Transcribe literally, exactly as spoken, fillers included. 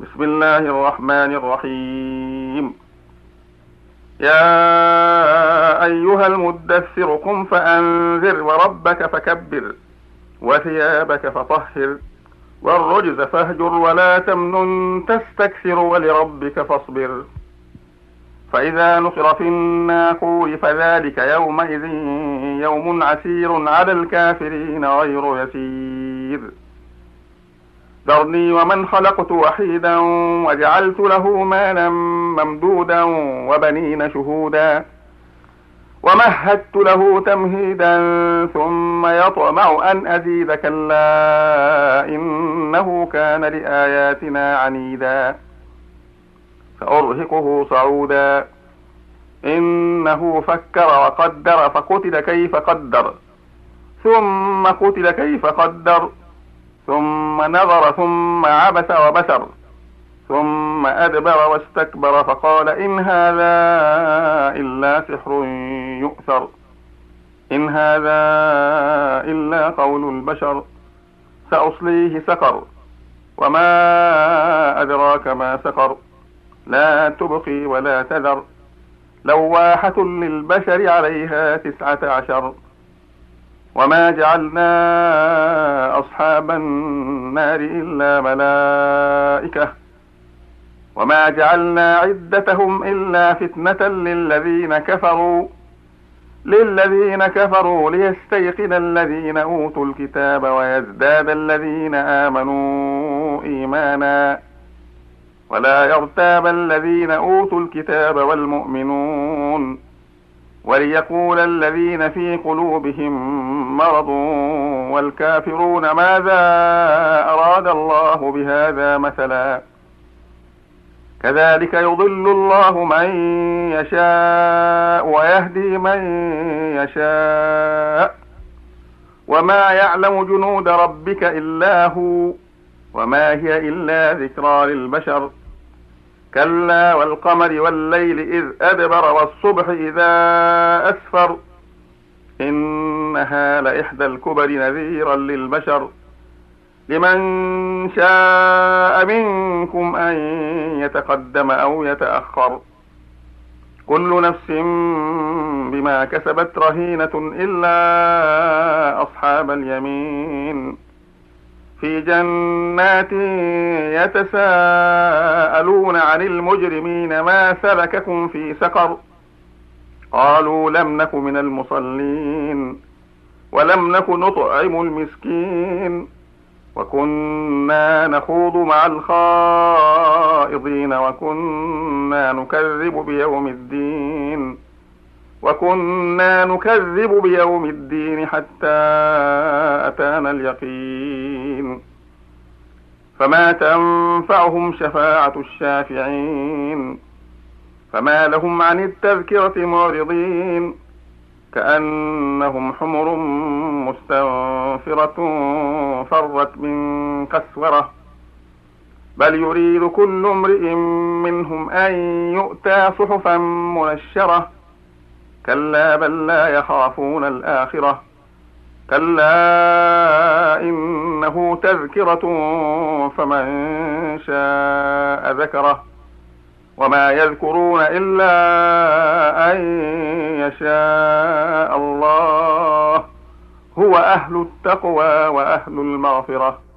بسم الله الرحمن الرحيم. يا أيها المدثر قم فأنذر وربك فكبر وثيابك فطهر والرجز فاهجر ولا تمنن تستكثر ولربك فاصبر. فإذا نقر في الناقور فذلك يومئذ يوم عسير على الكافرين غير يسير. ذرني ومن خلقت وحيدا وجعلت له مالا ممدودا وبنين شهودا ومهدت له تمهيدا ثم يطمع أن أزيد كلا إنه كان لآياتنا عنيدا سأرهقه صعودا إنه فكر وقدر فقتل كيف قدر ثم قتل كيف قدر ثم نظر ثم عبس وبسر ثم أدبر واستكبر فقال إن هذا إلا سحر يؤثر إن هذا إلا قول البشر سأصليه سقر وما أدراك ما سقر لا تبقي ولا تذر لواحة للبشر عليها تسعة عشر وما جعلنا أصحاب النار إلا ملائكة وما جعلنا عدتهم إلا فتنة للذين كفروا للذين كفروا ليستيقن الذين أوتوا الكتاب ويزداد الذين آمنوا إيمانا ولا يرتاب الذين أوتوا الكتاب والمؤمنون وليقول الذين في قلوبهم مرض والكافرون ماذا أراد الله بهذا مثلا كذلك يضل الله من يشاء ويهدي من يشاء وما يعلم جنود ربك إلا هو وما هي إلا ذكرى للبشر كلا والقمر والليل إذ أدبر والصبح إذا أسفر إنها لإحدى الكبر نذيرا للبشر لمن شاء منكم أن يتقدم أو يتأخر كل نفس بما كسبت رهينة إلا أصحاب اليمين في جنات يتساءلون عن المجرمين ما سلككم في سقر قالوا لم نك من المصلين ولم نك نطعم المسكين وكنا نخوض مع الخائضين وكنا نكذب بيوم الدين وكنا نكذب بيوم الدين حتى أتانا اليقين فما تنفعهم شفاعة الشافعين فما لهم عن التذكرة معرضين كأنهم حمر مستنفرة فرت من قسورة بل يريد كل امرئ منهم أن يؤتى صحفا منشرة كلا بل لا يخافون الآخرة كلا إنه تذكرة فمن شاء ذكره وما يذكرون إلا أن يشاء الله هو أهل التقوى وأهل المغفرة.